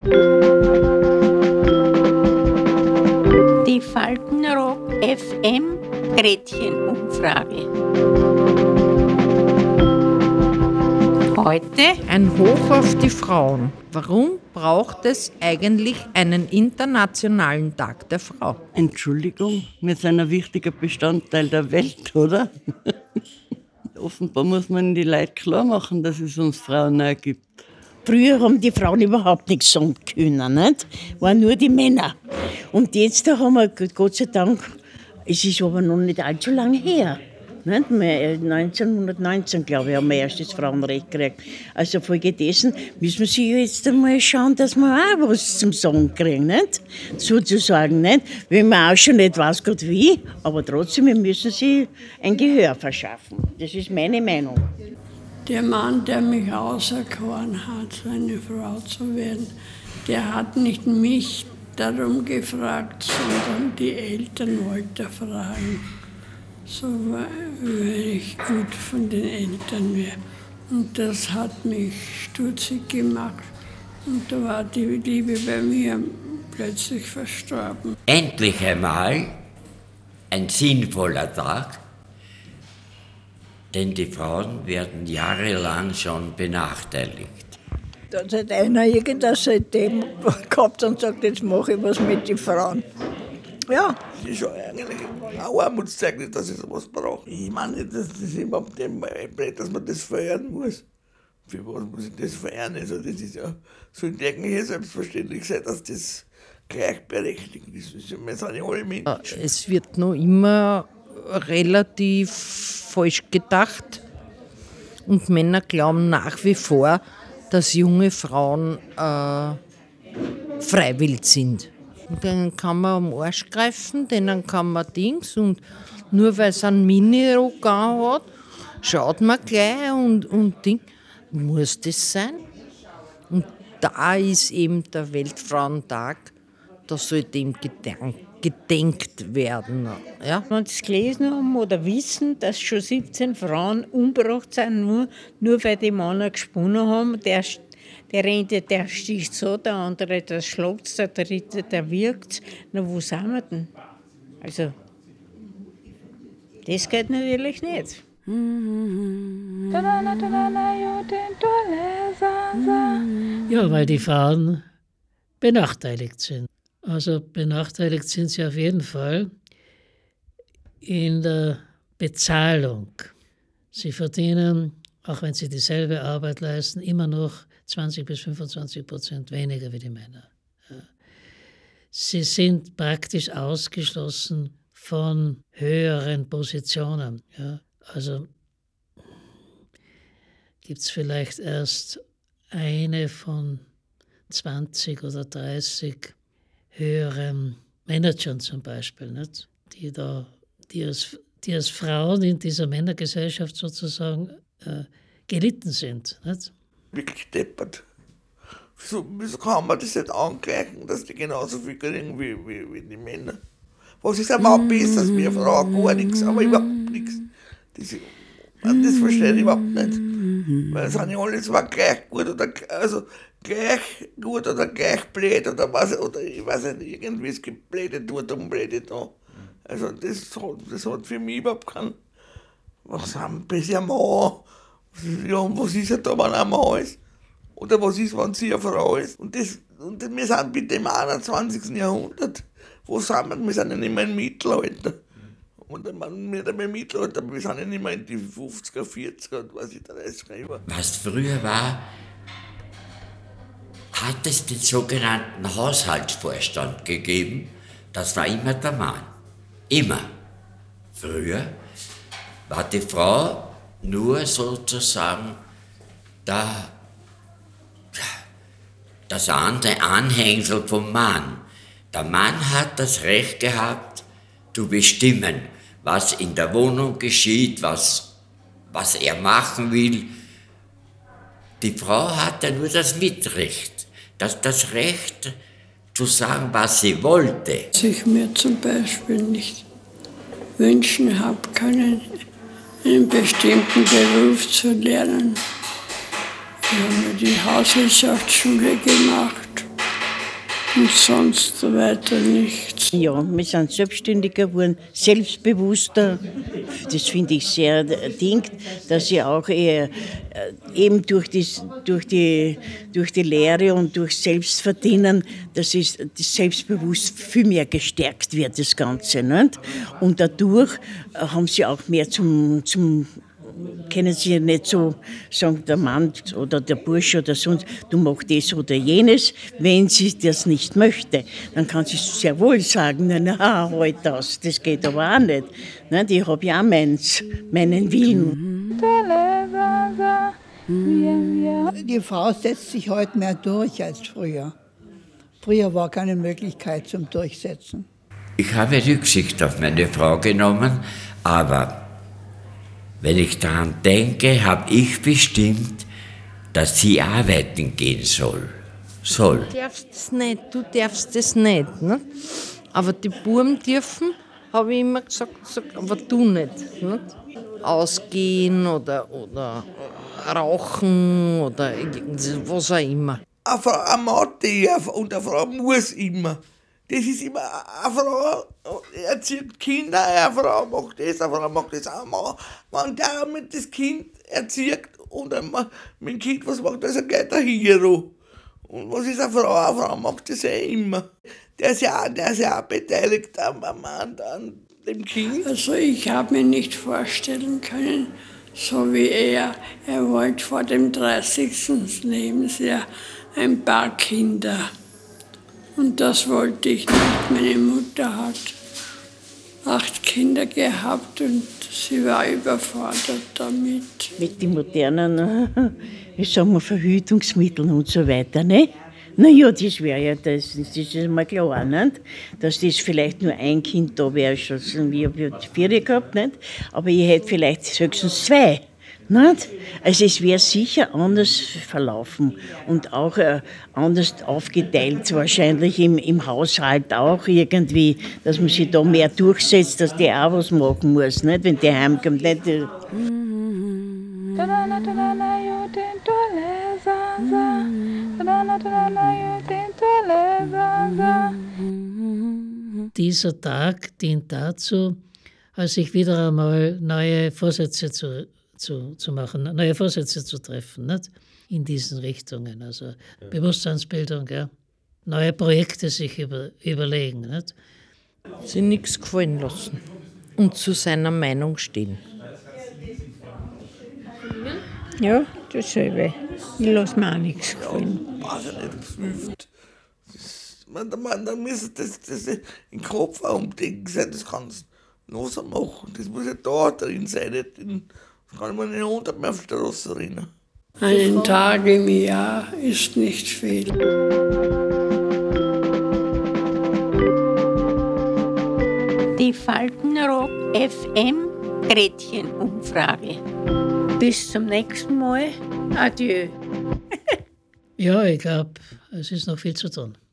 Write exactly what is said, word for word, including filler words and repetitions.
Die Faltenrock F M Gretchenumfrage. Heute ein Hoch auf die Frauen. Warum braucht es eigentlich einen internationalen Tag der Frau? Entschuldigung, wir sind ein wichtiger Bestandteil der Welt, oder? Offenbar muss man die Leute klar machen, dass es uns Frauen auch gibt. Früher haben die Frauen überhaupt nichts sagen können, nicht? Waren nur die Männer. Und jetzt da haben wir, Gott sei Dank, es ist aber noch nicht allzu lange her. Nicht? neunzehnhundertneunzehn, glaube ich, haben wir erst das Frauenrecht gekriegt. Also folgedessen müssen wir sich jetzt einmal schauen, dass wir auch was zum Sagen kriegen, nicht? Sozusagen, nicht? Wenn man auch schon nicht weiß Gott wie, aber trotzdem, wir müssen sie ein Gehör verschaffen. Das ist meine Meinung. Der Mann, der mich auserkoren hat, seine Frau zu werden, der hat nicht mich darum gefragt, sondern die Eltern wollte er fragen. So wäre ich gut von den Eltern wäre. Und das hat mich stutzig gemacht. Und da war die Liebe bei mir plötzlich verstorben. Endlich einmal ein sinnvoller Tag, denn die Frauen werden jahrelang schon benachteiligt. Da hat einer irgendeine Seitdem gehabt und sagt, jetzt mache ich was mit den Frauen. Ja. Das ist schon eigentlich ein Armutszeugnis, dass ich sowas brauche. Ich meine nicht, dass das überhaupt einbläht, dass man das feiern muss. Für was muss ich das feiern? Also das ist ja, soll eigentlich selbstverständlich sein, dass das gleichberechtigt ist. Wir sind ja alle Menschen. Es wird noch immer relativ falsch gedacht. Und Männer glauben nach wie vor, dass junge Frauen äh, freiwillig sind. Und denen kann man am Arsch greifen, denen kann man Dings. Und nur weil es einen Minirock hat, schaut man gleich und, und Ding. Muss das sein? Und da ist eben der Weltfrauentag, da soll dem gedenkt, gedenkt werden. Ja? wenn Sie es gelesen haben oder wissen, dass schon siebzehn Frauen umgebracht sind, nur, nur weil die Männer gesponnen haben, der Der eine, der sticht so, der andere, der schlägt, der dritte, der wirkt. Na, wo sind wir denn? Also, das geht natürlich nicht. Ja, weil die Frauen benachteiligt sind. Also benachteiligt sind sie auf jeden Fall in der Bezahlung. Sie verdienen, auch wenn sie dieselbe Arbeit leisten, immer noch zwanzig bis fünfundzwanzig Prozent weniger wie die Männer. Ja. Sie sind praktisch ausgeschlossen von höheren Positionen. Ja. Also gibt es vielleicht erst eine von zwanzig oder dreißig höheren Managern zum Beispiel, nicht? Die, da, die, als, die als Frauen in dieser Männergesellschaft sozusagen äh, gelitten sind. Nicht? Wirklich deppert. Wieso, wieso kann man das nicht angleichen, dass die genauso viel kriegen wie, wie, wie die Männer? Was ist überhaupt besser als wir Frauen? Gar nichts, aber überhaupt nichts. Das, das verstehe ich überhaupt nicht. Weil sind ja alle zwar gleich gut oder also gleich gut oder gleich blöd oder was, oder ich weiß nicht, irgendwie es gibt Blöde dort und Blöde da. Also das, das hat für mich überhaupt keinen. Was haben bisher Mann? Ja, und was ist er da, wenn ein Mann ist? Oder was ist, wenn sie eine Frau ist? Und, das, und wir sind bitte im einundzwanzigsten Jahrhundert. Wo sind wir? Wir sind ja nicht mehr im Mittelalter. Und wir sind im Mittelalter, wir sind ja nicht mehr in die fünfziger, vierziger und was ich da alles schreibe. Was früher war, hat es den sogenannten Haushaltsvorstand gegeben. Das war immer der Mann. Immer. Früher war die Frau nur sozusagen der, das andere Anhängsel vom Mann. Der Mann hat das Recht gehabt, zu bestimmen, was in der Wohnung geschieht, was, was er machen will. Die Frau hatte nur das Mitrecht, das, das Recht zu sagen, was sie wollte. Was ich mir zum Beispiel nicht wünschen habe können, einen bestimmten Beruf zu lernen. Ich habe die Hauswirtschaftsschule gemacht Und sonst weiter nichts. Ja, wir sind selbstständiger geworden, selbstbewusster. Das finde ich sehr ding, dass sie auch eher, eben durch, das, durch, die, durch die Lehre und durch Selbstverdienen, dass es, das Selbstbewusst viel mehr gestärkt wird, das Ganze. Nicht? Und dadurch haben sie auch mehr zum, zum können sie ja nicht so sagen, der Mann oder der Bursche oder sonst, du machst das oder jenes. Wenn sie das nicht möchte, dann kann sie sehr wohl sagen, na, na halt das, das geht aber auch nicht. Nein, ich habe ja auch meins, meinen Willen. Die Frau setzt sich heute mehr durch als früher. Früher war keine Möglichkeit zum Durchsetzen. Ich habe Rücksicht auf meine Frau genommen, aber wenn ich daran denke, habe ich bestimmt, dass sie arbeiten gehen soll. soll. Du darfst das nicht, du darfst das nicht. Ne? Aber die Buben dürfen, habe ich immer gesagt, gesagt, aber du nicht. Ne? Ausgehen oder, oder rauchen oder was auch immer. Eine Frau, eine Mann darf und eine Frau muss immer. Das ist immer, eine Frau erzieht Kinder, eine Frau macht das, eine Frau macht das auch mal. Wenn der mit das Kind erzieht und einmal mit dem Kind was macht, das ist gleich der Hero. Und was ist eine Frau? Eine Frau macht das ja immer. Der ist ja auch, der ist ja auch beteiligt am Mann, an dem Kind. Also ich habe mir nicht vorstellen können, so wie er, er wollte vor dem dreißigsten Lebensjahr ein paar Kinder. Und das wollte ich nicht. Meine Mutter hat acht Kinder gehabt und sie war überfordert damit. Mit den modernen, ich sag mal, Verhütungsmitteln und so weiter, ne? Naja, das wäre ja, das, das ist mal klar, nicht? Dass das vielleicht nur ein Kind da wäre, schon, ich habe vier gehabt, nicht? Aber ich hätte vielleicht höchstens zwei. Nicht? Also es wäre sicher anders verlaufen und auch äh, anders aufgeteilt, wahrscheinlich im, im Haushalt auch irgendwie, dass man sich da mehr durchsetzt, dass der auch was machen muss, nicht? Wenn der heimkommt. Nicht? Äh Dieser Tag dient dazu, als ich wieder einmal neue Vorsätze zu Zu, zu machen, neue Vorsätze zu treffen, nicht? In diesen Richtungen. Also ja. Bewusstseinsbildung, ja. Neue Projekte sich über, überlegen. Nicht? Sich nichts gefallen lassen und zu seiner Meinung stehen. Ja, dasselbe. Ich lasse mir auch nichts gefallen. Ja, weiß ich nicht, fünft. Man, man, dann müssen das, das in den Kopf umdenken sein, das kannst du noch so machen. Das muss ja da drin sein, nicht in, das kann man nicht hundert Mal auf die Straße rennen. Einen Tag im Jahr ist nicht viel. Die Faltenrock F M Gretchen-Umfrage. Bis zum nächsten Mal. Adieu. Ja, ich glaube, es ist noch viel zu tun.